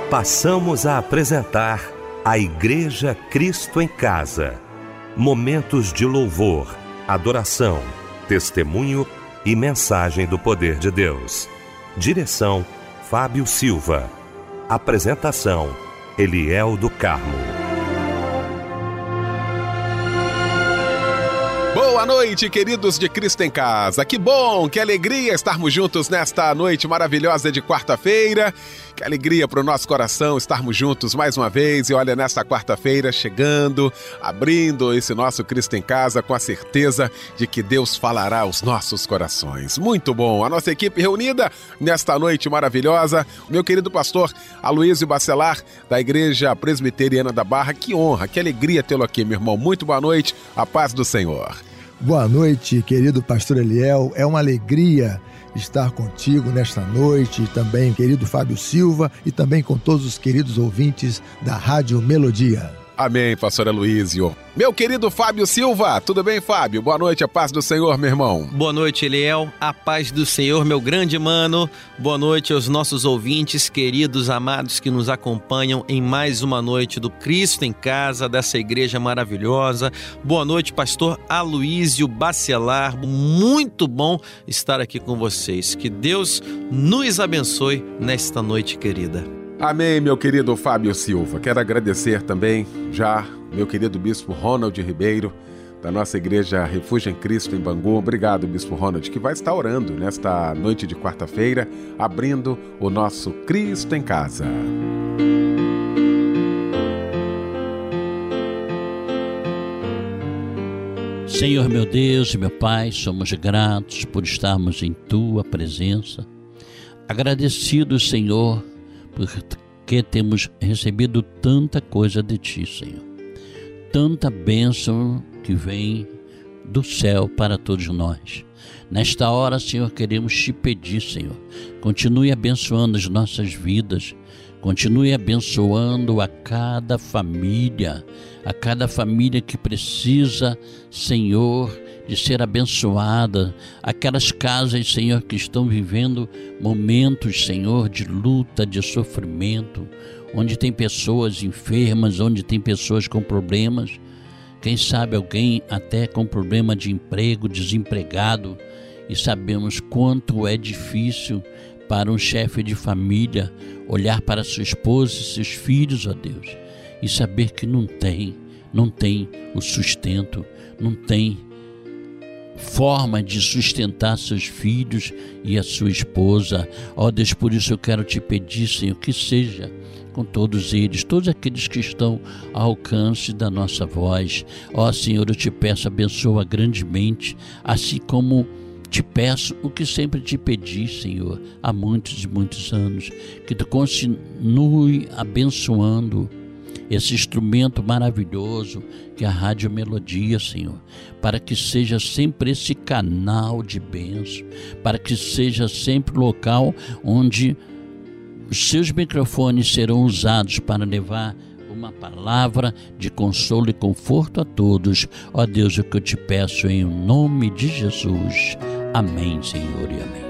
Passamos a apresentar a Igreja Cristo em Casa. Momentos de louvor, adoração, testemunho e mensagem do poder de Deus. Direção: Fábio Silva. Apresentação: Eliel do Carmo. Boa noite, queridos de Cristo em Casa. Que bom, que alegria estarmos juntos nesta noite maravilhosa de quarta-feira. Que alegria para o nosso coração estarmos juntos mais uma vez. E olha, nesta quarta-feira chegando, abrindo esse nosso Cristo em Casa com a certeza de que Deus falará aos nossos corações. Muito bom, a nossa equipe reunida nesta noite maravilhosa. Meu querido pastor Aloísio Bacelar, da Igreja Presbiteriana da Barra. Que honra, que alegria tê-lo aqui, meu irmão. Muito boa noite, a paz do Senhor. Boa noite, querido pastor Eliel. É uma alegria estar contigo nesta noite, e também querido Fábio Silva, e também com todos os queridos ouvintes da Rádio Melodia. Amém, pastor Aloísio. Meu querido Fábio Silva, tudo bem, Fábio? Boa noite, a paz do Senhor, meu irmão. Boa noite, Eliel, a paz do Senhor, meu grande mano. Boa noite aos nossos ouvintes, queridos, amados, que nos acompanham em mais uma noite do Cristo em Casa, dessa igreja maravilhosa. Boa noite, pastor Aloísio Bacelar. Muito bom estar aqui com vocês. Que Deus nos abençoe nesta noite querida. Amém, meu querido Fábio Silva. Quero agradecer também já meu querido Bispo Ronald Ribeiro, da nossa igreja Refúgio em Cristo em Bangu. Obrigado, Bispo Ronald, que vai estar orando nesta noite de quarta-feira, abrindo o nosso Cristo em Casa. Senhor meu Deus e meu Pai, somos gratos por estarmos em Tua presença. Agradecidos, Senhor, porque temos recebido tanta coisa de Ti, Senhor. Tanta bênção que vem do céu para todos nós. Nesta hora, Senhor, queremos Te pedir, Senhor, continue abençoando as nossas vidas, continue abençoando a cada família que precisa, Senhor, de ser abençoada, aquelas casas, Senhor, que estão vivendo momentos, Senhor, de luta, de sofrimento, onde tem pessoas enfermas, onde tem pessoas com problemas, quem sabe alguém até com problema de emprego, desempregado, e sabemos quanto é difícil para um chefe de família olhar para sua esposa e seus filhos, ó Deus, e saber que não tem o sustento, não tem forma de sustentar seus filhos e a sua esposa. Ó Deus, por isso eu quero Te pedir, Senhor, que seja com todos eles, todos aqueles que estão ao alcance da nossa voz. Ó Senhor, eu Te peço, abençoa grandemente, assim como Te peço o que sempre Te pedi, Senhor, há muitos e muitos anos, que Tu continue abençoando esse instrumento maravilhoso que é a Rádio Melodia, Senhor, para que seja sempre esse canal de bênção, para que seja sempre o local onde os seus microfones serão usados para levar uma palavra de consolo e conforto a todos. Ó Deus, o que eu Te peço em nome de Jesus. Amém, Senhor, e amém.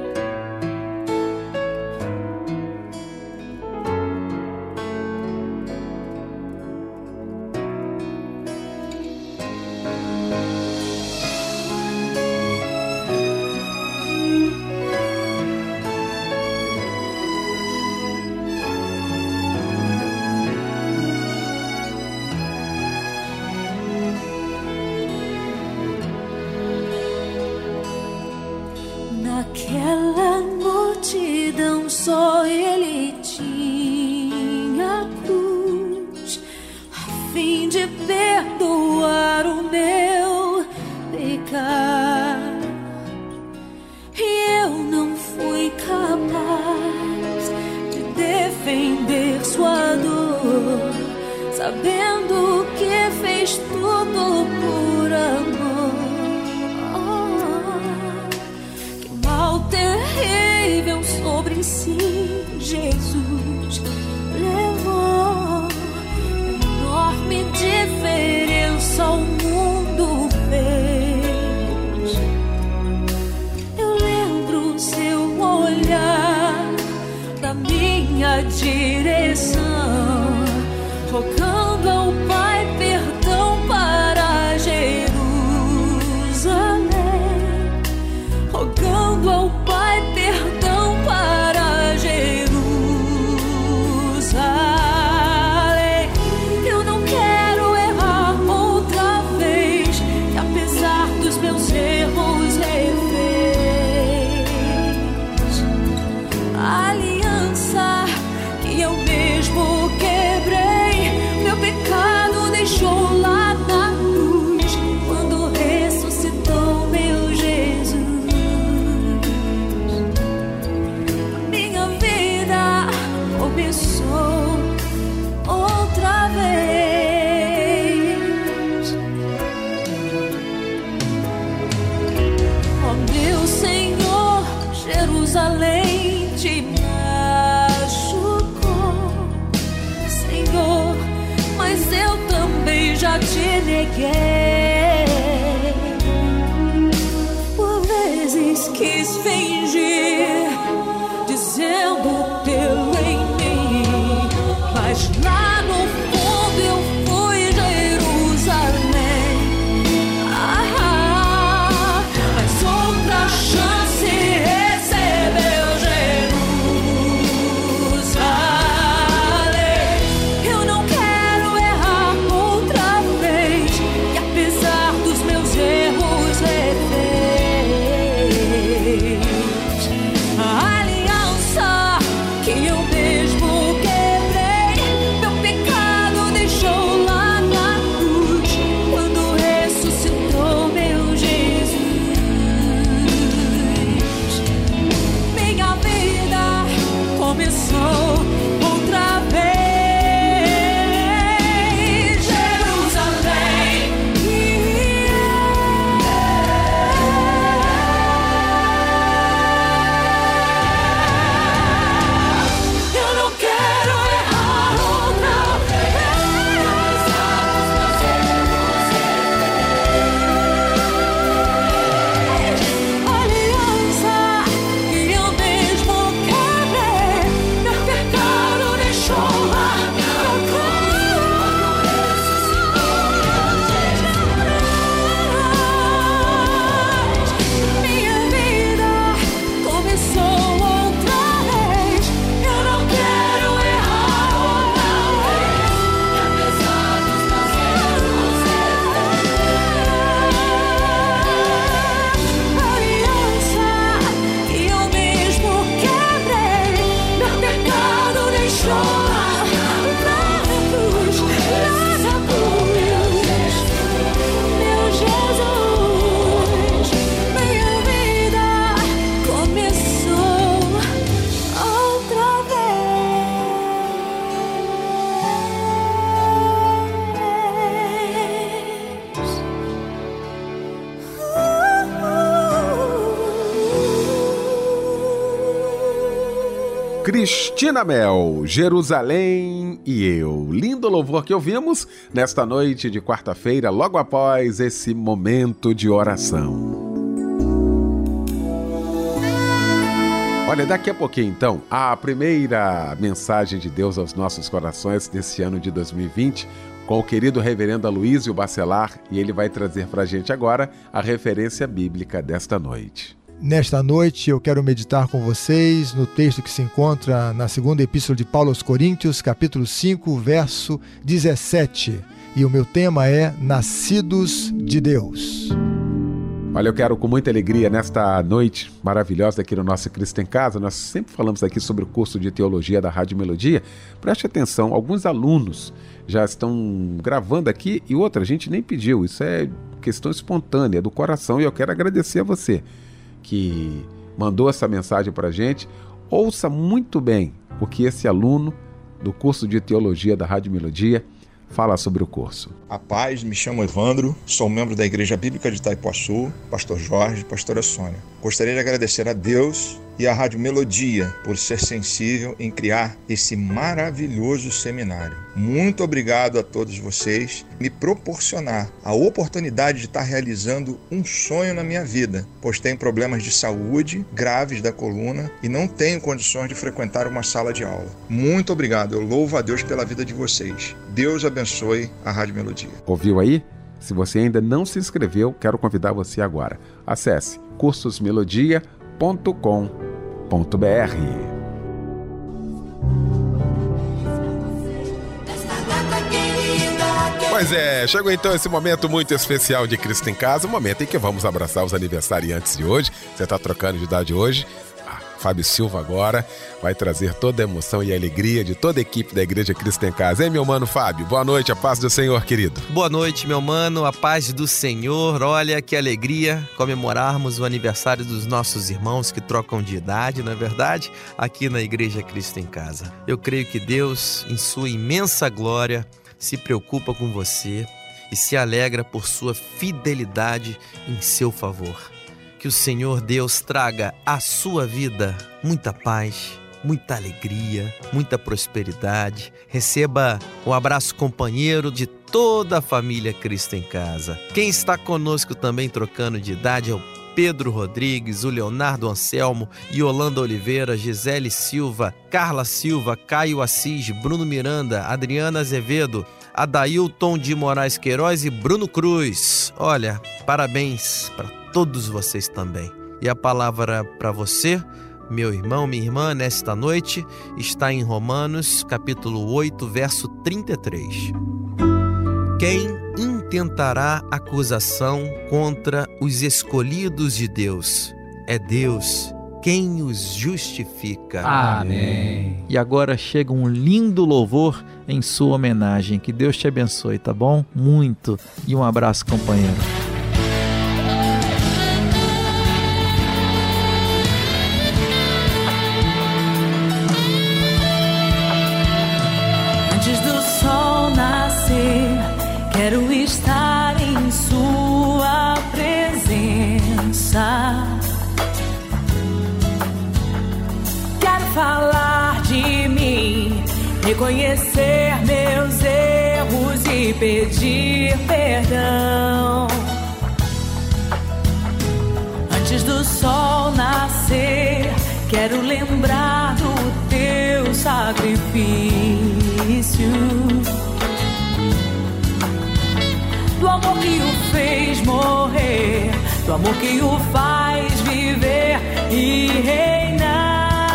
Naquela multidão só Ele tinha cruz, a fim de perdoar o meu pecado. E eu não fui capaz de defender sua dor, sabendo que fez tudo por amor. Terrível sobre si Jesus levou, enorme diferença o mundo fez. Eu lembro seu olhar da minha direção, Jerusalém te machucou, Senhor, mas eu também já te neguei. Por vezes quis fingir, dizendo tê-lo em mim, mas lá no fundo eu fui Jerusalém. Mas outra chance recebeu Jerusalém. Eu não quero errar outra vez, e apesar dos meus erros refez a aliança que eu mesmo quebrei. Meu pecado deixou lá na cruz, quando ressuscitou meu Jesus. Minha vida começou outra vez. Jerusalém, eu não quero errar outra vez. Aliança que eu mesmo quebrei, meu pecado deixou lá na cruz. Minha vida começou outra vez. Eu não quero errar outra vez, apesar dos meus erros aliança que eu mesmo quebrei, meu pecado deixou lá na cruz, meu Jesus. Minha vida começou outra vez. Cristina Mel, Jerusalém e eu. Lindo louvor que ouvimos nesta noite de quarta-feira, logo após esse momento de oração. Olha, daqui a pouquinho então, a primeira mensagem de Deus aos nossos corações desse ano de 2020, com o querido reverendo Aloísio Bacelar, e ele vai trazer para a gente agora a referência bíblica desta noite. Nesta noite eu quero meditar com vocês no texto que se encontra na segunda epístola de Paulo aos Coríntios, capítulo 5, verso 17. E o meu tema é Nascidos de Deus. Olha, eu quero com muita alegria nesta noite maravilhosa aqui no nosso Cristo em Casa. Nós sempre falamos aqui sobre o curso de teologia da Rádio Melodia. Preste atenção, alguns alunos já estão gravando aqui e outra, a gente nem pediu. Isso é questão espontânea do coração e eu quero agradecer a você que mandou essa mensagem para a gente. Ouça muito bem o que esse aluno do curso de teologia da Rádio Melodia fala sobre o curso. A paz, me chamo Evandro, sou membro da Igreja Bíblica de Itaipuaçu, pastor Jorge, pastora Sônia. Gostaria de agradecer a Deus e à Rádio Melodia por ser sensível em criar esse maravilhoso seminário. Muito obrigado a todos vocês por me proporcionar a oportunidade de estar realizando um sonho na minha vida, pois tenho problemas de saúde graves da coluna e não tenho condições de frequentar uma sala de aula. Muito obrigado, eu louvo a Deus pela vida de vocês. Deus abençoe a Rádio Melodia. Ouviu aí? Se você ainda não se inscreveu, quero convidar você agora. Acesse cursosmelodia.com.br. Pois é, chegou então esse momento muito especial de Cristo em Casa, um momento em que vamos abraçar os aniversariantes de hoje. Você está trocando de idade hoje? Fábio Silva agora vai trazer toda a emoção e a alegria de toda a equipe da Igreja Cristo em Casa. Hein, meu mano Fábio? Boa noite, a paz do Senhor, querido. Boa noite, meu mano, a paz do Senhor. Olha que alegria comemorarmos o aniversário dos nossos irmãos que trocam de idade, não é verdade? Aqui na Igreja Cristo em Casa. Eu creio que Deus, em sua imensa glória, se preocupa com você e se alegra por sua fidelidade em seu favor. Que o Senhor Deus traga à sua vida muita paz, muita alegria, muita prosperidade. Receba o abraço companheiro de toda a família Cristo em Casa. Quem está conosco também trocando de idade é o Pedro Rodrigues, o Leonardo Anselmo, Yolanda Oliveira, Gisele Silva, Carla Silva, Caio Assis, Bruno Miranda, Adriana Azevedo, Adailton de Moraes Queiroz e Bruno Cruz. Olha, parabéns para todos vocês também. E a palavra para você, meu irmão, minha irmã, nesta noite, está em Romanos, capítulo 8, verso 33. Quem intentará acusação contra os escolhidos de Deus? É Deus quem os justifica. Amém. E agora chega um lindo louvor em sua homenagem. Que Deus te abençoe, tá bom? Muito. E um abraço, companheiro. Antes do sol nascer, quero estar em sua presença. Quero falar de mim, reconhecer meus erros e pedir perdão. Antes do sol nascer, quero lembrar do teu sacrifício, do amor que o fez morrer, do amor que o faz viver e reinar.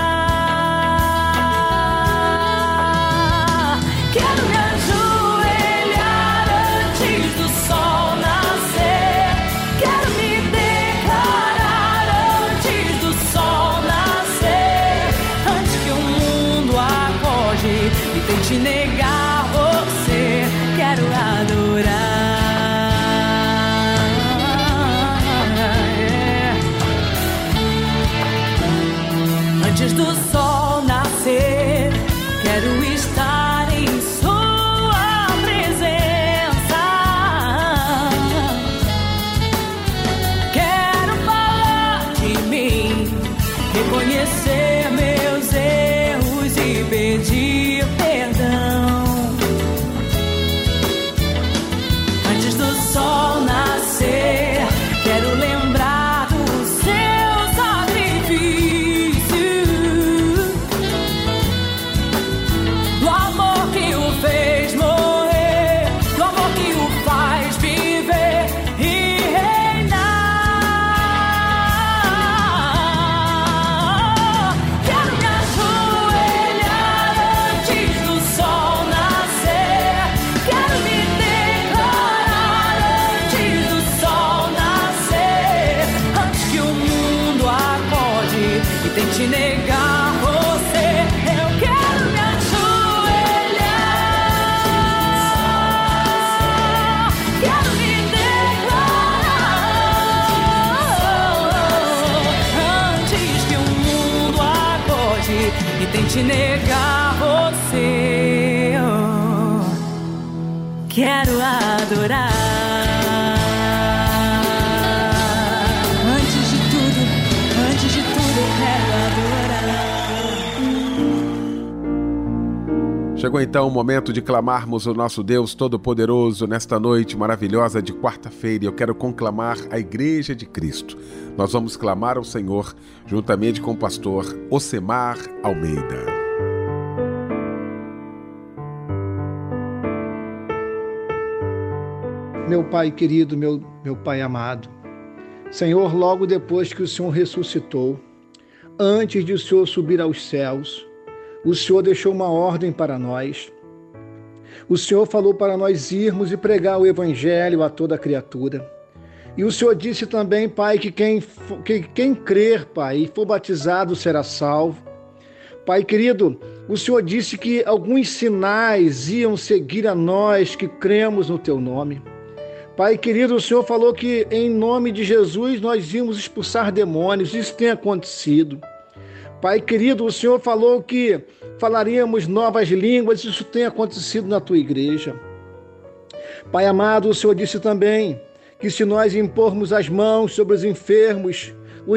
Quero me ajoelhar antes do sol nascer, quero me declarar antes do sol nascer, antes que o mundo acorde e tente negar você, quero adorar. Antes do sol nascer, quero estar em sua presença. Quero falar de mim, reconhecer meus erros e pedir perdão. Antes do sol nascer, quero lembrar do seu sacrifício, do amor que o fez morrer, do amor que o faz viver e reinar. Quero me ajoelhar antes do sol nascer, quero me declarar antes do sol nascer, antes que o mundo acorde e tente negar você, eu quero me ajoelhar, quero me declarar antes que o mundo acorde e tente negar você. Quero adorar. Antes de tudo eu quero adorar. Chegou então o momento de clamarmos o nosso Deus Todo-Poderoso nesta noite maravilhosa de quarta-feira. Eu quero conclamar a Igreja de Cristo. Nós vamos clamar ao Senhor juntamente com o pastor Ocemar Almeida. Meu Pai querido, meu Pai amado, Senhor, logo depois que o Senhor ressuscitou, antes de o Senhor subir aos céus, o Senhor deixou uma ordem para nós. O Senhor falou para nós irmos e pregar o Evangelho a toda criatura. E o Senhor disse também, Pai, que quem crer, Pai, e for batizado será salvo. Pai querido, o Senhor disse que alguns sinais iam seguir a nós que cremos no Teu nome. Pai querido, o Senhor falou que em nome de Jesus nós íamos expulsar demônios, isso tem acontecido. Pai querido, o Senhor falou que falaríamos novas línguas, isso tem acontecido na Tua igreja. Pai amado, o Senhor disse também que se nós impormos as mãos sobre os enfermos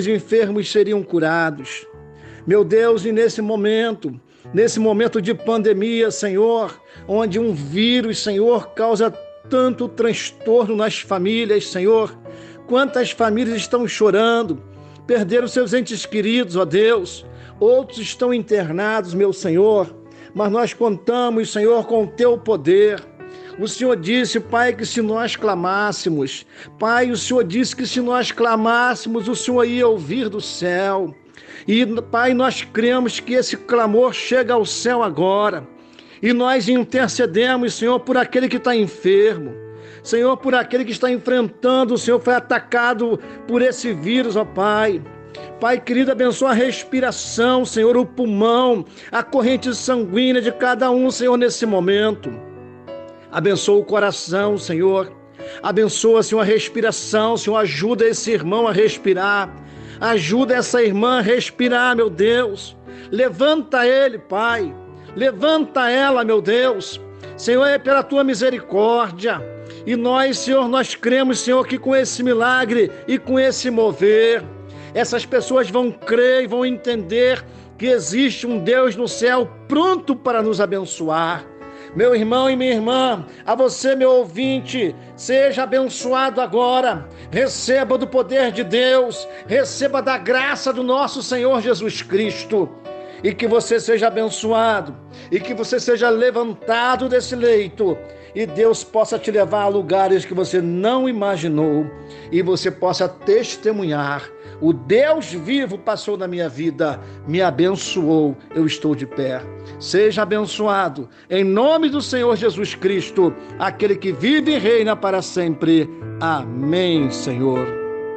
seriam curados. Meu Deus, e nesse momento de pandemia, Senhor, onde um vírus, Senhor, causa tanto transtorno nas famílias, Senhor, quantas famílias estão chorando, perderam seus entes queridos, ó Deus, outros estão internados, meu Senhor, mas nós contamos, Senhor, com o Teu poder. O Senhor disse, Pai, que se nós clamássemos, Pai, o Senhor disse que se nós clamássemos, o Senhor ia ouvir do céu. E, Pai, nós cremos que esse clamor chega ao céu agora. E nós intercedemos, Senhor, por aquele que está enfermo. Senhor, por aquele que está enfrentando, o Senhor foi atacado por esse vírus, ó Pai. Pai querido, abençoa a respiração, Senhor, o pulmão, a corrente sanguínea de cada um, Senhor, nesse momento. Abençoa o coração, Senhor. Abençoa, Senhor, a respiração. Senhor, ajuda esse irmão a respirar. Ajuda essa irmã a respirar, meu Deus. Levanta ele, Pai. Levanta ela, meu Deus. Senhor, é pela Tua misericórdia. E nós, Senhor, nós cremos, Senhor, que com esse milagre e com esse mover, essas pessoas vão crer e vão entender que existe um Deus no céu pronto para nos abençoar. Meu irmão e minha irmã, a você, meu ouvinte, seja abençoado agora. Receba do poder de Deus, receba da graça do nosso Senhor Jesus Cristo. E que você seja abençoado, e que você seja levantado desse leito, e Deus possa te levar a lugares que você não imaginou, e você possa testemunhar: o Deus vivo passou na minha vida, me abençoou, eu estou de pé. Seja abençoado, em nome do Senhor Jesus Cristo, aquele que vive e reina para sempre. Amém, Senhor.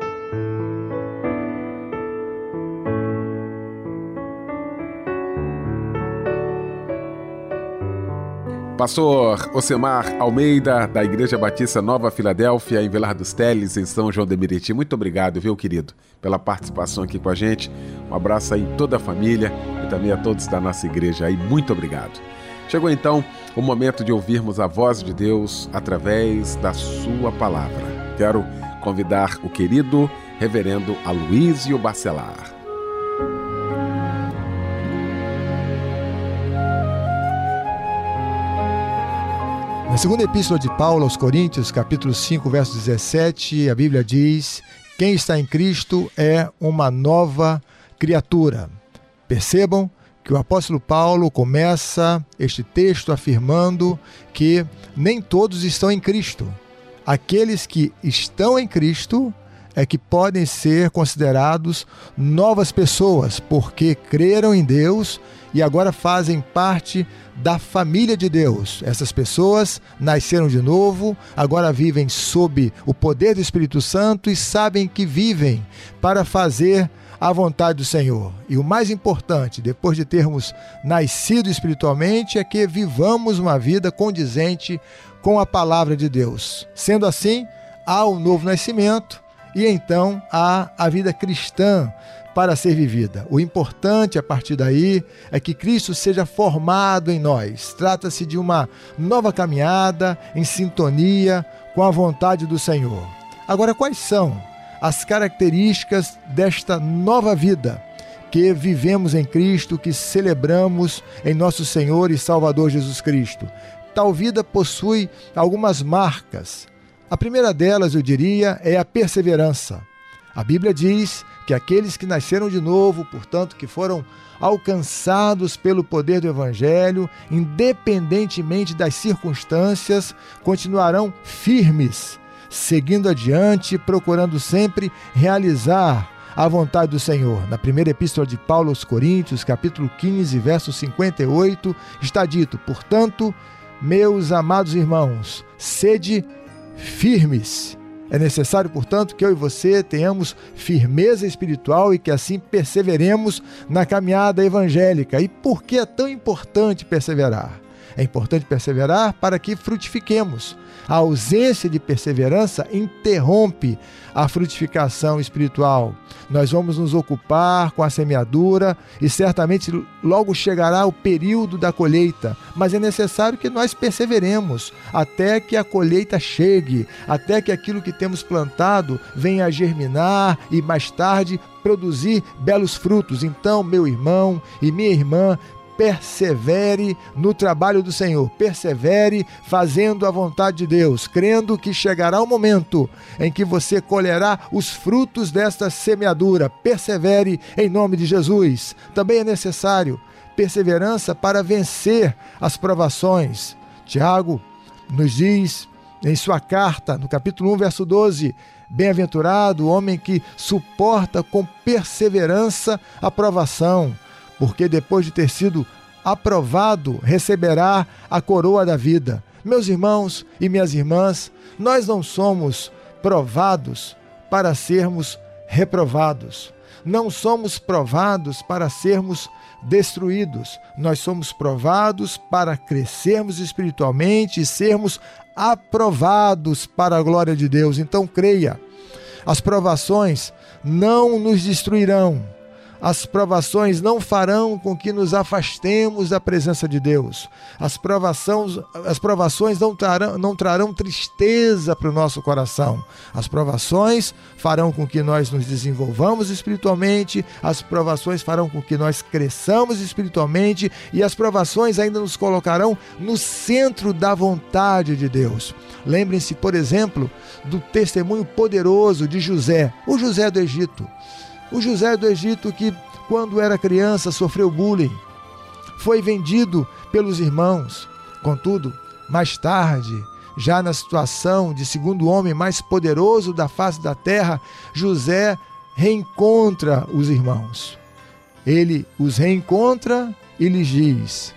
Pastor Ocemar Almeida, da Igreja Batista Nova Filadélfia, em Vilar dos Teles, em São João de Meriti. Muito obrigado, viu, querido, pela participação aqui com a gente. Um abraço aí em toda a família e também a todos da nossa igreja aí. Muito obrigado. Chegou então o momento de ouvirmos a voz de Deus através da sua palavra. Quero convidar o querido reverendo Aloísio Bacelar. Na segunda epístola de Paulo aos Coríntios, capítulo 5, verso 17, a Bíblia diz: quem está em Cristo é uma nova criatura. Percebam que o apóstolo Paulo começa este texto afirmando que nem todos estão em Cristo. Aqueles que estão em Cristo é que podem ser considerados novas pessoas, porque creram em Deus e agora fazem parte da família de Deus. Essas pessoas nasceram de novo, agora vivem sob o poder do Espírito Santo e sabem que vivem para fazer a vontade do Senhor. E o mais importante, depois de termos nascido espiritualmente, é que vivamos uma vida condizente com a palavra de Deus. Sendo assim, há um novo nascimento e então há a vida cristã para ser vivida. O importante a partir daí é que Cristo seja formado em nós. Trata-se de uma nova caminhada em sintonia com a vontade do Senhor. Agora, quais são as características desta nova vida que vivemos em Cristo, que celebramos em nosso Senhor e Salvador Jesus Cristo? Tal vida possui algumas marcas. A primeira delas, eu diria, é a perseverança. A Bíblia diz que aqueles que nasceram de novo, portanto, que foram alcançados pelo poder do Evangelho, independentemente das circunstâncias, continuarão firmes, seguindo adiante, procurando sempre realizar a vontade do Senhor. Na primeira epístola de Paulo aos Coríntios, capítulo 15, verso 58, está dito: portanto, meus amados irmãos, sede firmes. É necessário, portanto, que eu e você tenhamos firmeza espiritual e que assim perseveremos na caminhada evangélica. E por que é tão importante perseverar? É importante perseverar para que frutifiquemos. A ausência de perseverança interrompe a frutificação espiritual. Nós vamos nos ocupar com a semeadura e certamente logo chegará o período da colheita, mas é necessário que nós perseveremos até que a colheita chegue, até que aquilo que temos plantado venha a germinar e mais tarde produzir belos frutos. Então, meu irmão e minha irmã, persevere no trabalho do Senhor, persevere fazendo a vontade de Deus, crendo que chegará o momento em que você colherá os frutos desta semeadura. Persevere em nome de Jesus. Também é necessário perseverança para vencer as provações. Tiago nos diz em sua carta, no capítulo 1, verso 12, bem-aventurado o homem que suporta com perseverança a provação, porque depois de ter sido aprovado, receberá a coroa da vida. Meus irmãos e minhas irmãs, nós não somos provados para sermos reprovados. Não somos provados para sermos destruídos. Nós somos provados para crescermos espiritualmente e sermos aprovados para a glória de Deus. Então creia, as provações não nos destruirão. As provações não farão com que nos afastemos da presença de Deus. As provações não trarão tristeza para o nosso coração. As provações farão com que nós nos desenvolvamos espiritualmente, as provações farão com que nós cresçamos espiritualmente e as provações ainda nos colocarão no centro da vontade de Deus. Lembrem-se, por exemplo, do testemunho poderoso de José, o José do Egito. O José do Egito que, quando era criança, sofreu bullying, foi vendido pelos irmãos. Contudo, mais tarde, já na situação de segundo homem mais poderoso da face da terra, José reencontra os irmãos. Ele os reencontra e lhes diz: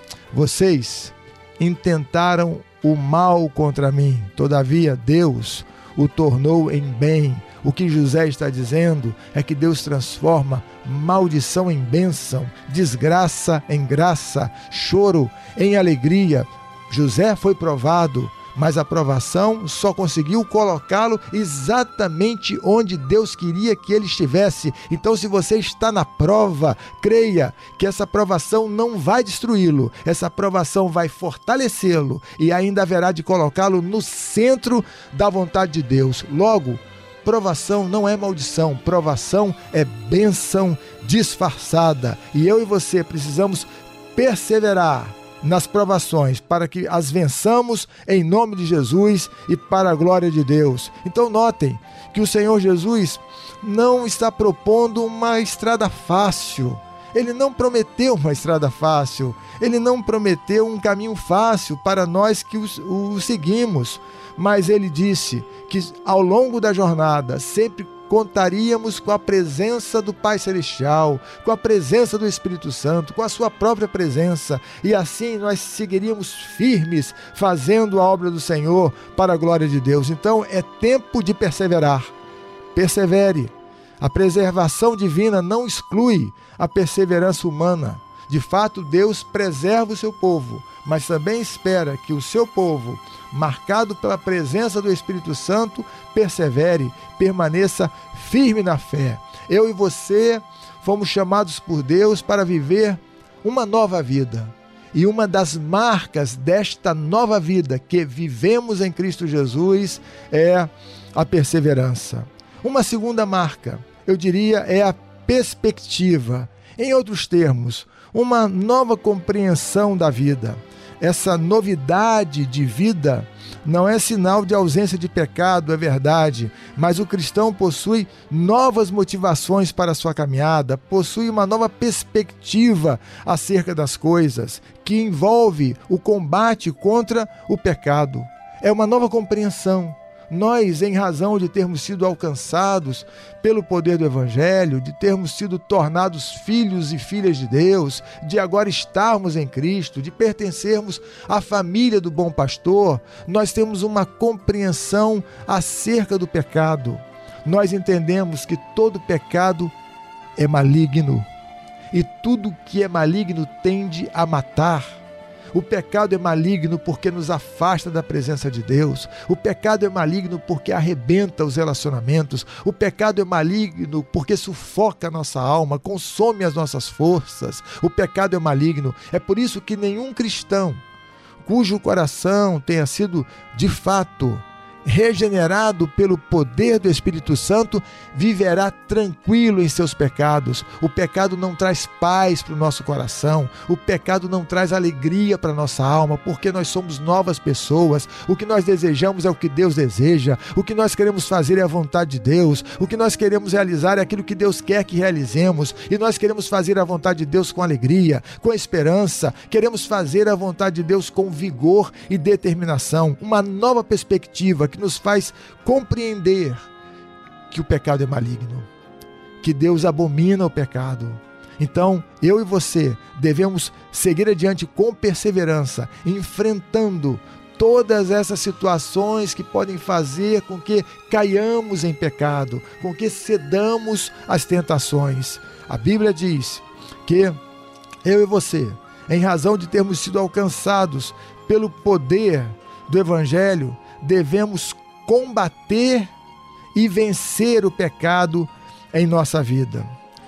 vocês intentaram o mal contra mim, todavia Deus o tornou em bem. O que José está dizendo é que Deus transforma maldição em bênção, desgraça em graça, choro em alegria. José foi provado, mas a provação só conseguiu colocá-lo exatamente onde Deus queria que ele estivesse. Então, se você está na prova, creia que essa provação não vai destruí-lo, essa provação vai fortalecê-lo e ainda haverá de colocá-lo no centro da vontade de Deus. Logo, provação não é maldição, provação é bênção disfarçada. E eu e você precisamos perseverar nas provações para que as vençamos em nome de Jesus e para a glória de Deus. Então notem que o Senhor Jesus não está propondo uma estrada fácil. Ele não prometeu uma estrada fácil. Ele não prometeu um caminho fácil para nós que o seguimos. Mas ele disse que ao longo da jornada sempre contaríamos com a presença do Pai Celestial, com a presença do Espírito Santo, com a sua própria presença, e assim nós seguiríamos firmes fazendo a obra do Senhor para a glória de Deus. Então é tempo de perseverar. Persevere. A preservação divina não exclui a perseverança humana. De fato, Deus preserva o seu povo, mas também espera que o seu povo, marcado pela presença do Espírito Santo, persevere, permaneça firme na fé. Eu e você fomos chamados por Deus para viver uma nova vida. E uma das marcas desta nova vida que vivemos em Cristo Jesus é a perseverança. Uma segunda marca, eu diria, é a perspectiva. Em outros termos, uma nova compreensão da vida. Essa novidade de vida não é sinal de ausência de pecado, é verdade, mas o cristão possui novas motivações para a sua caminhada, possui uma nova perspectiva acerca das coisas, que envolve o combate contra o pecado. É uma nova compreensão. Nós, em razão de termos sido alcançados pelo poder do Evangelho, de termos sido tornados filhos e filhas de Deus, de agora estarmos em Cristo, de pertencermos à família do bom pastor, nós temos uma compreensão acerca do pecado. Nós entendemos que todo pecado é maligno e tudo que é maligno tende a matar. O pecado é maligno porque nos afasta da presença de Deus. O pecado é maligno porque arrebenta os relacionamentos. O pecado é maligno porque sufoca a nossa alma, consome as nossas forças. O pecado é maligno. É por isso que nenhum cristão cujo coração tenha sido de fato regenerado pelo poder do Espírito Santo, viverá tranquilo em seus pecados. O pecado não traz paz para o nosso coração, o pecado não traz alegria para a nossa alma, porque nós somos novas pessoas. O que nós desejamos é o que Deus deseja, o que nós queremos fazer é a vontade de Deus, o que nós queremos realizar é aquilo que Deus quer que realizemos, e nós queremos fazer a vontade de Deus com alegria, com esperança, queremos fazer a vontade de Deus com vigor e determinação, uma nova perspectiva que nos faz compreender que o pecado é maligno, que Deus abomina o pecado. Então, eu e você devemos seguir adiante com perseverança, enfrentando todas essas situações que podem fazer com que caiamos em pecado, com que cedamos às tentações. A Bíblia diz que eu e você, em razão de termos sido alcançados pelo poder do Evangelho, devemos combater e vencer o pecado em nossa vida.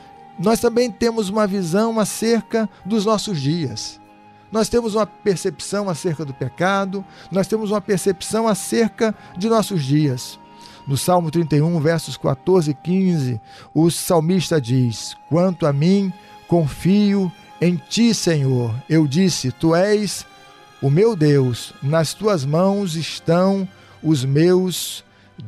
Nós também temos uma visão acerca dos nossos dias. Nós temos uma percepção acerca do pecado, nós temos uma percepção acerca de nossos dias. No Salmo 31, versos 14 e 15, o salmista diz: quanto a mim, confio em ti, Senhor. Eu disse, tu és o meu Deus, nas tuas mãos estão os meus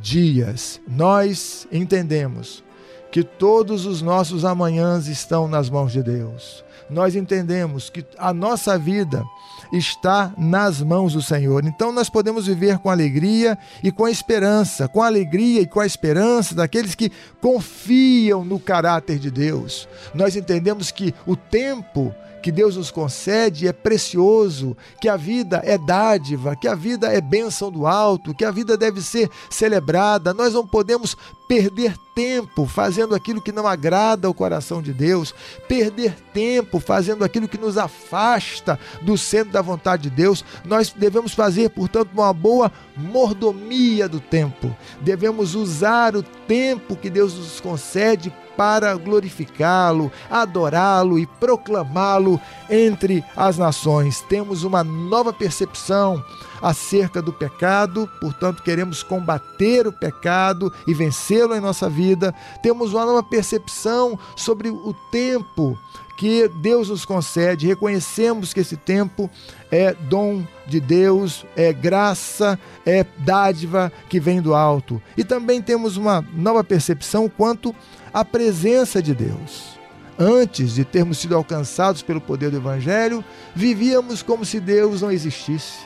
dias. Nós entendemos que todos os nossos amanhãs estão nas mãos de Deus. Nós entendemos que a nossa vida está nas mãos do Senhor. Então nós podemos viver com alegria e com esperança, com a alegria e com a esperança daqueles que confiam no caráter de Deus. Nós entendemos que o tempo que Deus nos concede é precioso, que a vida é dádiva, que a vida é bênção do alto, que a vida deve ser celebrada. Nós não podemos perder tempo fazendo aquilo que não agrada ao coração de Deus, perder tempo fazendo aquilo que nos afasta do centro da vontade de Deus. Nós devemos fazer, portanto, uma boa mordomia do tempo. Devemos usar o tempo que Deus nos concede para glorificá-lo, adorá-lo e proclamá-lo entre as nações. Temos uma nova percepção acerca do pecado, portanto queremos combater o pecado e vencê-lo em nossa vida. Temos uma nova percepção sobre o tempo que Deus nos concede. Reconhecemos que esse tempo é dom de Deus, é graça, é dádiva que vem do alto. E também temos uma nova percepção quanto à presença de Deus. Antes de termos sido alcançados pelo poder do Evangelho, vivíamos como se Deus não existisse.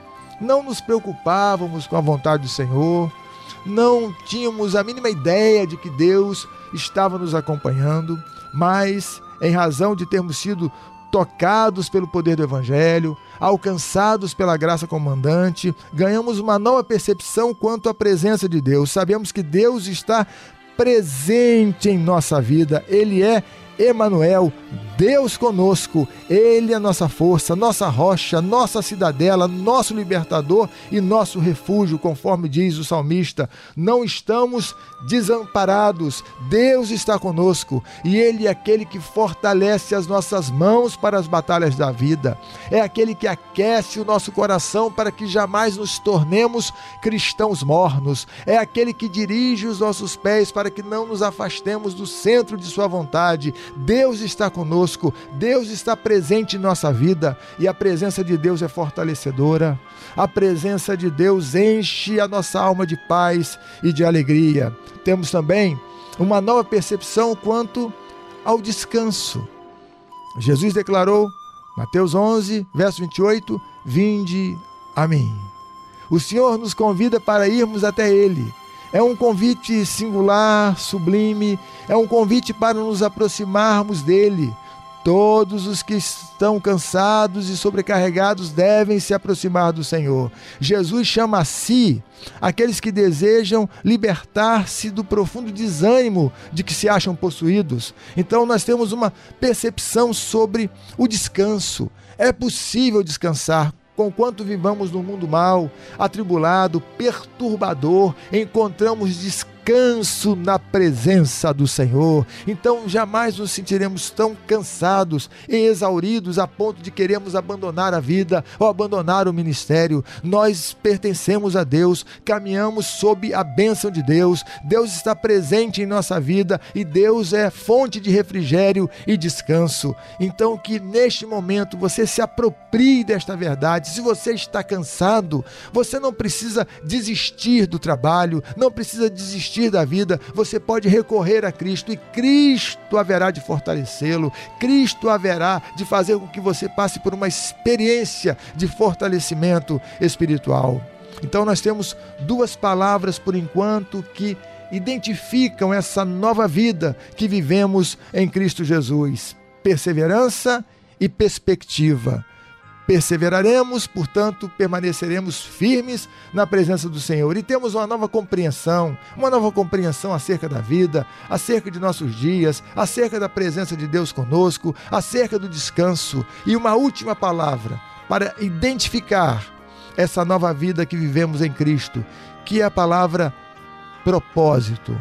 Não nos preocupávamos com a vontade do Senhor, não tínhamos a mínima ideia de que Deus estava nos acompanhando, mas em razão de termos sido tocados pelo poder do Evangelho, alcançados pela graça comandante, ganhamos uma nova percepção quanto à presença de Deus. Sabemos que Deus está presente em nossa vida, Ele é Emanuel, Deus conosco. Ele é a nossa força, nossa rocha, nossa cidadela, nosso libertador e nosso refúgio, conforme diz o salmista. Não estamos desamparados, Deus está conosco e Ele é aquele que fortalece as nossas mãos para as batalhas da vida. É aquele que aquece o nosso coração para que jamais nos tornemos cristãos mornos. É aquele que dirige os nossos pés para que não nos afastemos do centro de sua vontade. Deus está conosco, Deus está presente em nossa vida e a presença de Deus é fortalecedora. A presença de Deus enche a nossa alma de paz e de alegria. Temos também uma nova percepção quanto ao descanso. Jesus declarou, Mateus 11, verso 28, vinde a mim. O Senhor nos convida para irmos até Ele. É um convite singular, sublime, é um convite para nos aproximarmos dEle. Todos os que estão cansados e sobrecarregados devem se aproximar do Senhor. Jesus chama a si aqueles que desejam libertar-se do profundo desânimo de que se acham possuídos. Então nós temos uma percepção sobre o descanso. É possível descansar. Conquanto vivamos num mundo mau, atribulado, perturbador, encontramos descanso na presença do Senhor. Então jamais nos sentiremos tão cansados e exauridos a ponto de queremos abandonar a vida ou abandonar o ministério. Nós pertencemos a Deus, caminhamos sob a bênção de Deus. Deus está presente em nossa vida e Deus é fonte de refrigério e descanso. Então que neste momento você se aproprie desta verdade. Se você está cansado, você não precisa desistir do trabalho, não precisa desistir da vida, você pode recorrer a Cristo e Cristo haverá de fortalecê-lo, Cristo haverá de fazer com que você passe por uma experiência de fortalecimento espiritual. Então nós temos duas palavras por enquanto que identificam essa nova vida que vivemos em Cristo Jesus: perseverança e perspectiva. Perseveraremos, portanto, permaneceremos firmes na presença do Senhor. E temos uma nova compreensão acerca da vida, acerca de nossos dias, acerca da presença de Deus conosco, acerca do descanso. E uma última palavra para identificar essa nova vida que vivemos em Cristo, que é a palavra propósito.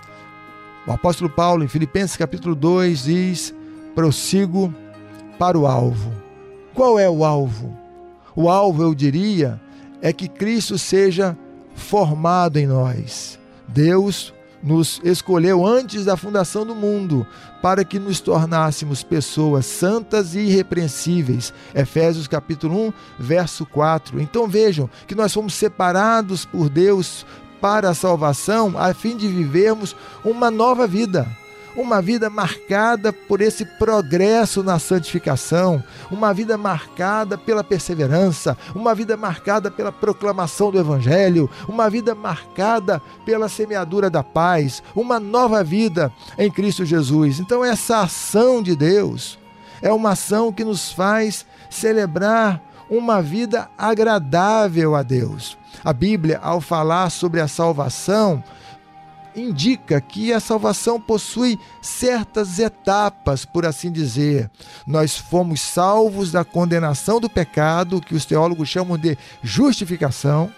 O apóstolo Paulo, em Filipenses capítulo 2, diz: prossigo para o alvo. Qual é o alvo? O alvo, eu diria, é que Cristo seja formado em nós. Deus nos escolheu antes da fundação do mundo para que nos tornássemos pessoas santas e irrepreensíveis. Efésios capítulo 1, verso 4. Então vejam que nós fomos separados por Deus para a salvação a fim de vivermos uma nova vida. Uma vida marcada por esse progresso na santificação, uma vida marcada pela perseverança, uma vida marcada pela proclamação do Evangelho, uma vida marcada pela semeadura da paz, uma nova vida em Cristo Jesus. Então essa ação de Deus é uma ação que nos faz celebrar uma vida agradável a Deus. A Bíblia, ao falar sobre a salvação, indica que a salvação possui certas etapas, por assim dizer. Nós fomos salvos da condenação do pecado, que os teólogos chamam de justificação.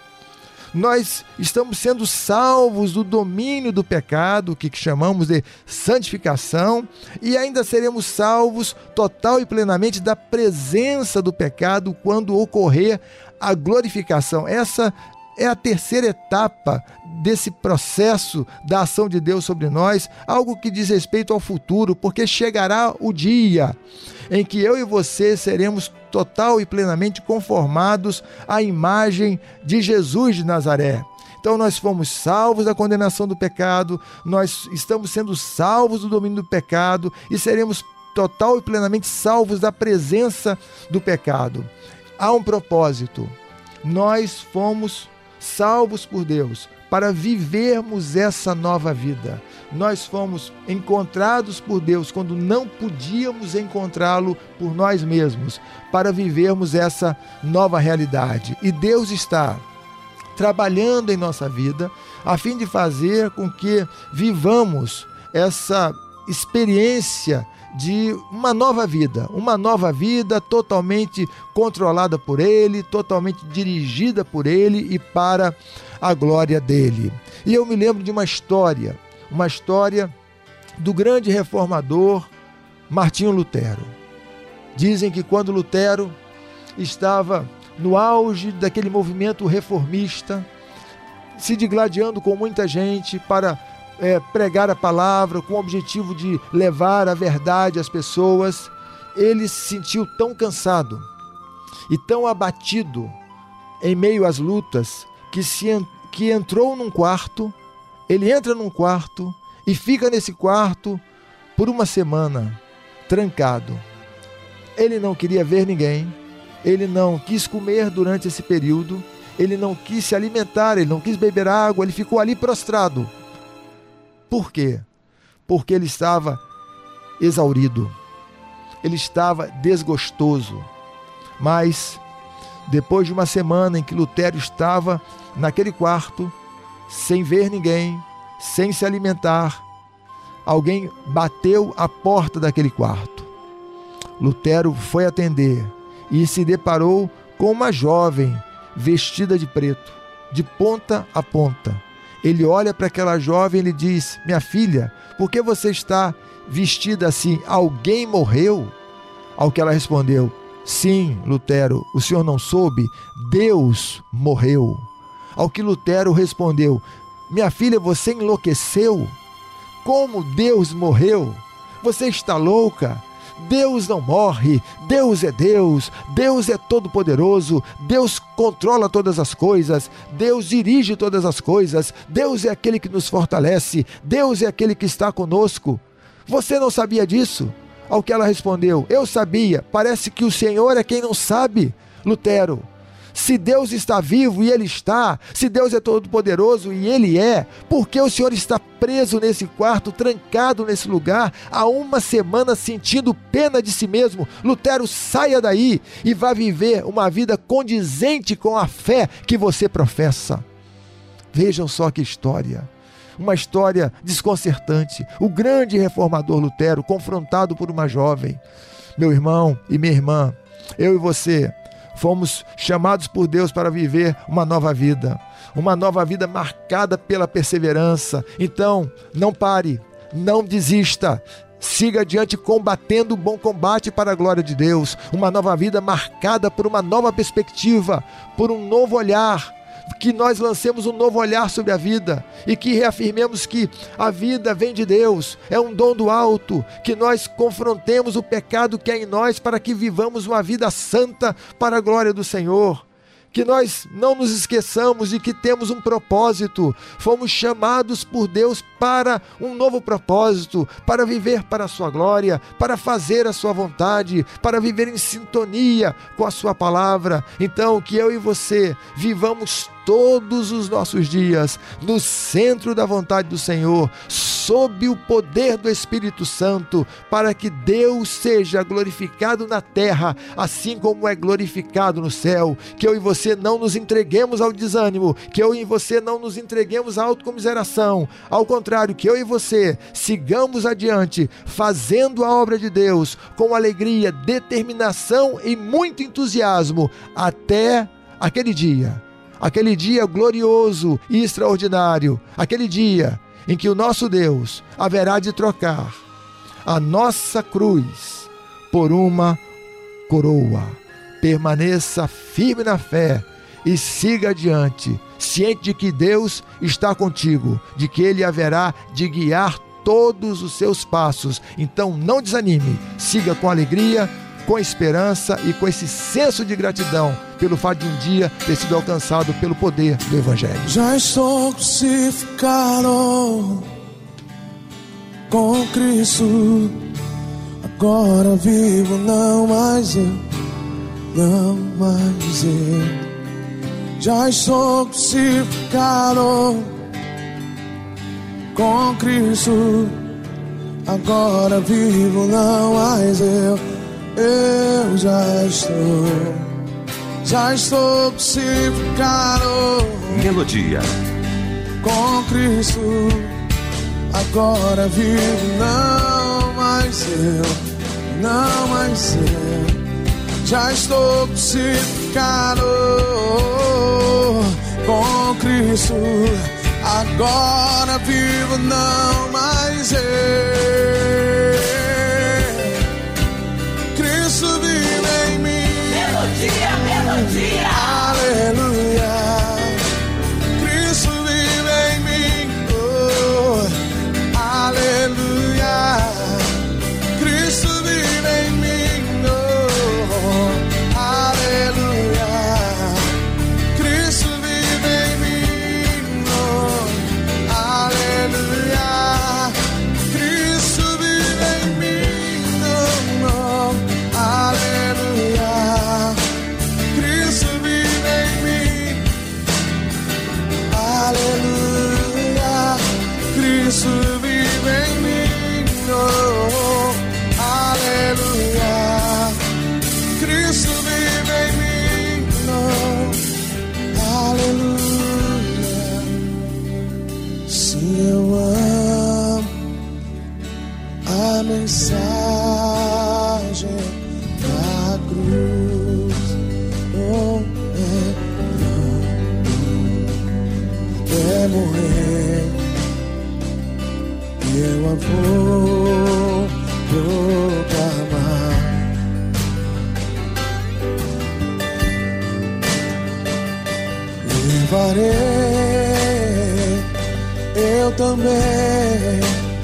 Nós estamos sendo salvos do domínio do pecado, que chamamos de santificação, e ainda seremos salvos total e plenamente da presença do pecado quando ocorrer a glorificação. Essa é a terceira etapa desse processo da ação de Deus sobre nós, algo que diz respeito ao futuro, porque chegará o dia em que eu e você seremos total e plenamente conformados à imagem de Jesus de Nazaré. Então nós fomos salvos da condenação do pecado, nós estamos sendo salvos do domínio do pecado e seremos total e plenamente salvos da presença do pecado. Há um propósito: nós fomos salvos por Deus para vivermos essa nova vida. Nós fomos encontrados por Deus quando não podíamos encontrá-lo por nós mesmos, para vivermos essa nova realidade. E Deus está trabalhando em nossa vida a fim de fazer com que vivamos essa experiência de uma nova vida totalmente controlada por Ele, totalmente dirigida por Ele e para a glória dEle. E eu me lembro de uma história do grande reformador Martinho Lutero. Dizem que quando Lutero estava no auge daquele movimento reformista, se digladiando com muita gente para pregar a palavra, com o objetivo de levar a verdade às pessoas, ele se sentiu tão cansado e tão abatido em meio às lutas, que entrou num quarto. Ele entra num quarto e fica nesse quarto por uma semana, trancado. Ele não queria ver ninguém, ele não quis comer durante esse período, ele não quis se alimentar, ele não quis beber água, ele ficou ali prostrado. Por quê? Porque ele estava exaurido. ele estava desgostoso. Mas, depois de uma semana em que Lutero estava naquele quarto, sem ver ninguém, sem se alimentar, alguém bateu a porta daquele quarto. Lutero foi atender e se deparou com uma jovem vestida de preto, de ponta a ponta. Ele olha para aquela jovem e lhe diz: minha filha, por que você está vestida assim? Alguém morreu? Ao que ela respondeu: sim, Lutero, o senhor não soube? Deus morreu. Ao que Lutero respondeu: minha filha, você enlouqueceu? Como Deus morreu? Você está louca? Deus não morre, Deus é todo-poderoso, Deus controla todas as coisas, Deus dirige todas as coisas, Deus é aquele que nos fortalece, Deus é aquele que está conosco. Você não sabia disso? Ao que ela respondeu: eu sabia, parece que o Senhor é quem não sabe. Lutero, se Deus está vivo e Ele está, se Deus é todo-poderoso e Ele é, por que o Senhor está preso nesse quarto, trancado nesse lugar, há uma semana sentindo pena de si mesmo? Lutero, saia daí e vá viver uma vida condizente com a fé que você professa. Vejam só que história. Uma história desconcertante. O grande reformador Lutero, confrontado por uma jovem. Meu irmão e minha irmã, eu e você fomos chamados por Deus para viver uma nova vida marcada pela perseverança. Então, não pare, não desista, siga adiante combatendo o bom combate para a glória de Deus. Uma nova vida marcada por uma nova perspectiva, por um novo olhar, que nós lancemos um novo olhar sobre a vida e que reafirmemos que a vida vem de Deus, é um dom do alto, que nós confrontemos o pecado que é em nós para que vivamos uma vida santa para a glória do Senhor. Que nós não nos esqueçamos de que temos um propósito, fomos chamados por Deus para um novo propósito, para viver para a sua glória, para fazer a sua vontade, para viver em sintonia com a sua palavra. Então, que eu e você vivamos todos os nossos dias no centro da vontade do Senhor, sob o poder do Espírito Santo, para que Deus seja glorificado na terra, assim como é glorificado no céu. Que eu e você não nos entreguemos ao desânimo, que eu e você não nos entreguemos à autocomiseração. Ao contrário, que eu e você sigamos adiante, fazendo a obra de Deus com alegria, determinação e muito entusiasmo, até aquele dia glorioso e extraordinário, aquele dia em que o nosso Deus haverá de trocar a nossa cruz por uma coroa. Permaneça firme na fé e siga adiante, ciente de que Deus está contigo, de que Ele haverá de guiar todos os seus passos. Então não desanime, siga com alegria, com esperança e com esse senso de gratidão pelo fato de um dia ter sido alcançado pelo poder do Evangelho. Já estou crucificado com Cristo, agora vivo, não mais eu, não mais eu. Já estou crucificado com Cristo, agora vivo, não mais eu já estou crucificado. Melodia. Com Cristo, agora vivo, não mais eu, não mais eu. Já estou crucificado com Cristo, agora vivo, não mais eu. Cristo vive em mim. Melodia. Aleluia. Cristo vive em mim. Oh, aleluia. Cristo vive em mim. Oh, aleluia. Cristo vive em mim. Oh, aleluia. Cristo vive a mensagem da cruz. Oh, até morrer, eu vou proclamar. Levarei eu também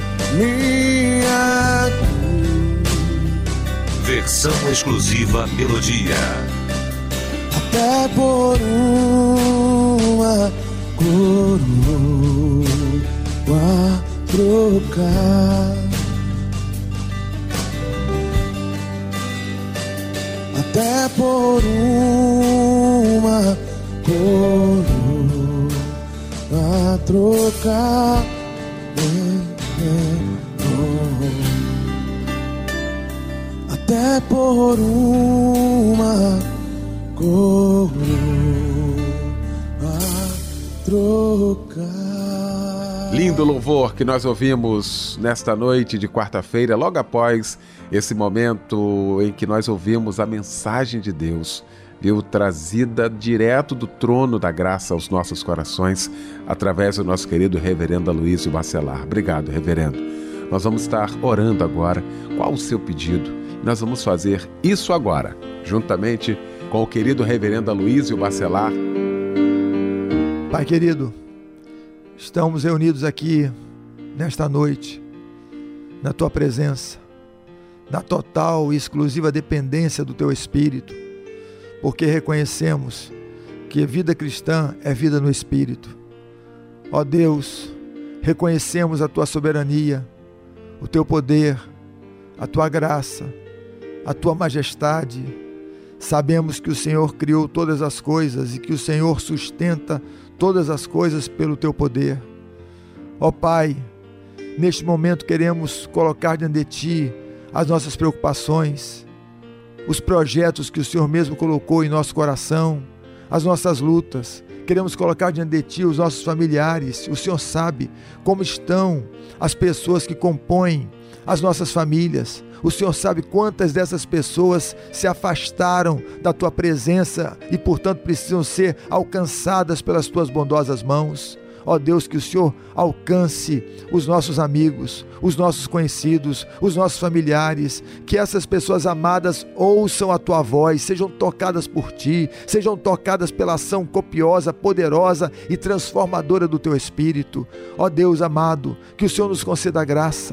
minha cruz. Versão exclusiva Melodia. Até por uma coroa trocar, até por uma coroa trocar. Até por uma coroa trocar. Lindo louvor que nós ouvimos nesta noite de quarta-feira, logo após esse momento em que nós ouvimos a mensagem de Deus, viu, trazida direto do trono da graça aos nossos corações, através do nosso querido reverendo Aloysio Bacelar. Obrigado, reverendo. Nós vamos estar orando agora. Qual o seu pedido? Nós vamos fazer isso agora, juntamente com o querido reverendo Aloysio Bacelar. Pai querido, estamos reunidos aqui nesta noite, na Tua presença, na total e exclusiva dependência do Teu Espírito, porque reconhecemos que vida cristã é vida no Espírito. Ó Deus, reconhecemos a Tua soberania, o Teu poder, a Tua graça, a Tua majestade. Sabemos que o Senhor criou todas as coisas e que o Senhor sustenta todas as coisas pelo Teu poder. Ó Pai, neste momento queremos colocar diante de Ti as nossas preocupações, os projetos que o Senhor mesmo colocou em nosso coração, as nossas lutas. Queremos colocar diante de Ti os nossos familiares. O Senhor sabe como estão as pessoas que compõem as nossas famílias. O Senhor sabe quantas dessas pessoas se afastaram da Tua presença e, portanto, precisam ser alcançadas pelas Tuas bondosas mãos. Ó Deus, que o Senhor alcance os nossos amigos, os nossos conhecidos, os nossos familiares, que essas pessoas amadas ouçam a Tua voz, sejam tocadas por Ti, sejam tocadas pela ação copiosa, poderosa e transformadora do Teu Espírito. Ó Deus amado, que o Senhor nos conceda graça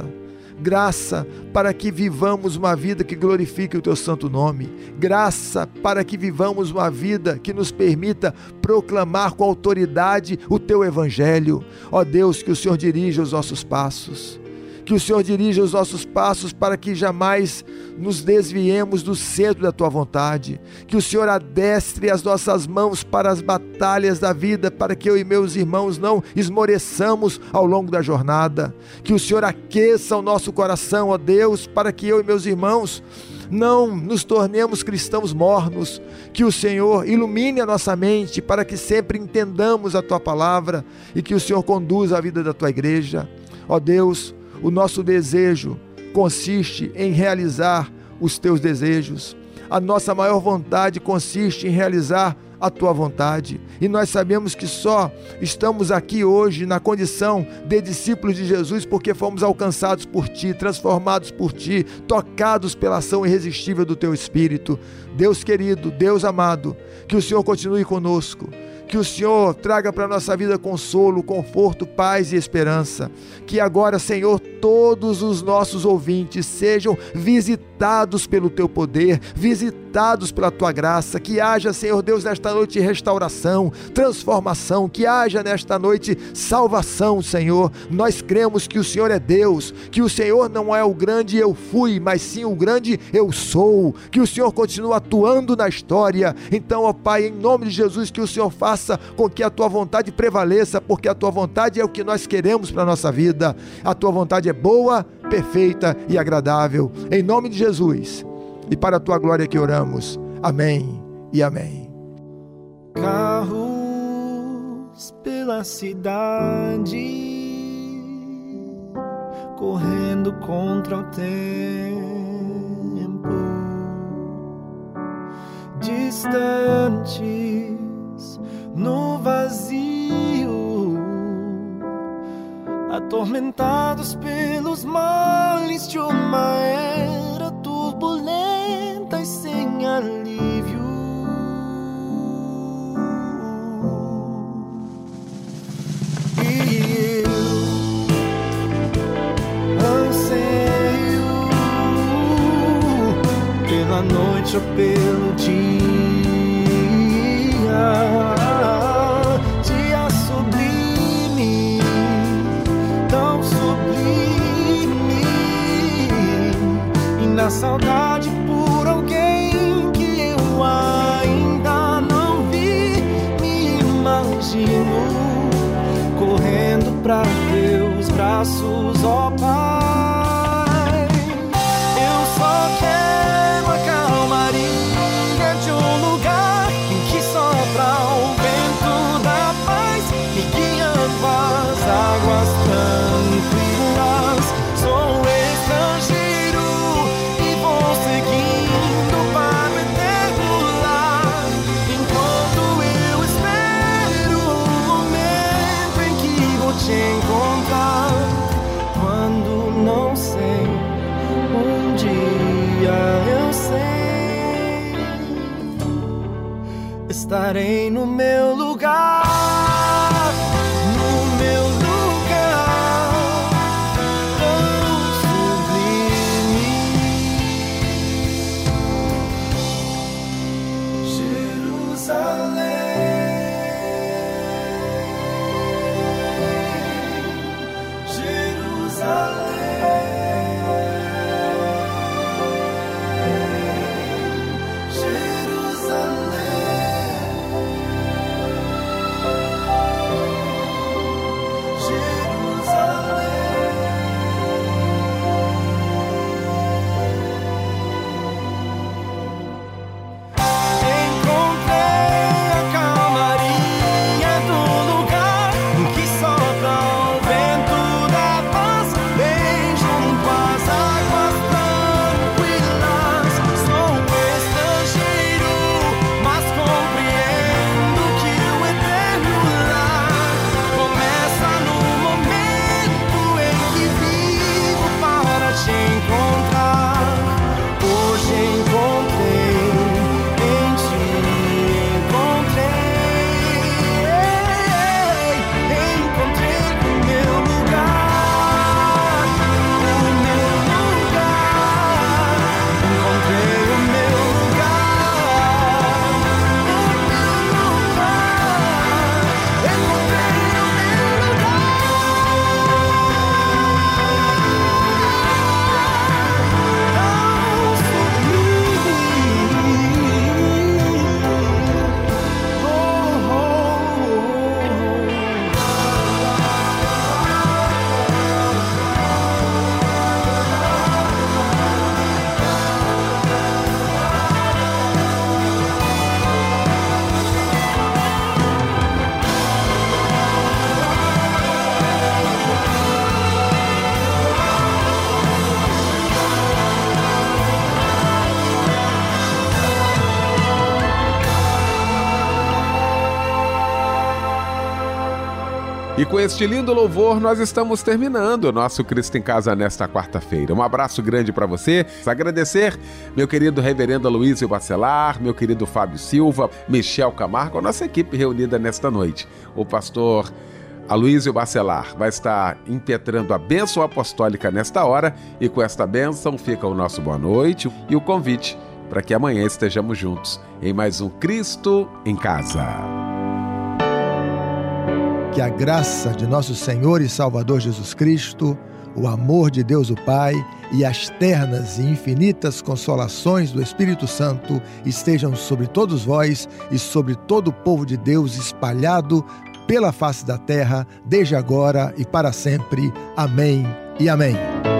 para que vivamos uma vida que glorifique o Teu santo nome, graça para que vivamos uma vida que nos permita proclamar com autoridade o Teu Evangelho. Ó Deus, que o Senhor dirija os nossos passos, que o Senhor dirija os nossos passos para que jamais nos desviemos do centro da Tua vontade, que o Senhor adestre as nossas mãos para as batalhas da vida, para que eu e meus irmãos não esmoreçamos ao longo da jornada, que o Senhor aqueça o nosso coração, ó Deus, para que eu e meus irmãos não nos tornemos cristãos mornos, que o Senhor ilumine a nossa mente para que sempre entendamos a Tua palavra e que o Senhor conduza a vida da Tua igreja. Ó Deus, o nosso desejo consiste em realizar os Teus desejos. A nossa maior vontade consiste em realizar a Tua vontade. E nós sabemos que só estamos aqui hoje na condição de discípulos de Jesus porque fomos alcançados por Ti, transformados por Ti, tocados pela ação irresistível do Teu Espírito. Deus querido, Deus amado, que o Senhor continue conosco, que o Senhor traga para a nossa vida consolo, conforto, paz e esperança. Que agora, Senhor, todos os nossos ouvintes sejam visitados pelo Teu poder, visitados pela Tua graça. Que haja, Senhor Deus, nesta noite restauração, transformação. Que haja nesta noite salvação, Senhor. Nós cremos que o Senhor é Deus, que o Senhor não é o grande eu fui, mas sim o grande eu sou. Que o Senhor continue atuando na história. Então, ó Pai, em nome de Jesus, que o Senhor faça com que a Tua vontade prevaleça, porque a Tua vontade é o que nós queremos para a nossa vida. A Tua vontade é boa, perfeita e agradável. Em nome de Jesus e para a Tua glória que oramos. Amém e amém. Carros pela cidade, correndo contra o tempo, distantes no vazio, atormentados pelos males de uma era turbulenta e sem alívio. E eu anseio pela noite ou pelo dia, dia sublime, tão sublime, e na saudade por alguém que eu ainda não vi, me imagino correndo pra teus braços, ó Pai. Eu só quero a calmaria de um lugar em que sopra o vento da paz, me guiando as águas tranquilas. Sou estrangeiro e vou seguindo para o eterno lar, enquanto eu espero o momento em que vou te encontrar. Quando não sei, um dia eu sei, estarei no meu lugar, no meu lugar tão sublime. Jerusalém, E com este lindo louvor, nós estamos terminando o nosso Cristo em Casa nesta quarta-feira. Um abraço grande para você. Agradecer meu querido reverendo Aloysio Bacelar, meu querido Fábio Silva, Michel Camargo, a nossa equipe reunida nesta noite. O pastor Aloysio Bacelar vai estar impetrando a bênção apostólica nesta hora, e com esta bênção fica o nosso boa noite e o convite para que amanhã estejamos juntos em mais um Cristo em Casa. Que a graça de nosso Senhor e Salvador Jesus Cristo, o amor de Deus o Pai e as ternas e infinitas consolações do Espírito Santo estejam sobre todos vós e sobre todo o povo de Deus espalhado pela face da terra, desde agora e para sempre. Amém e amém.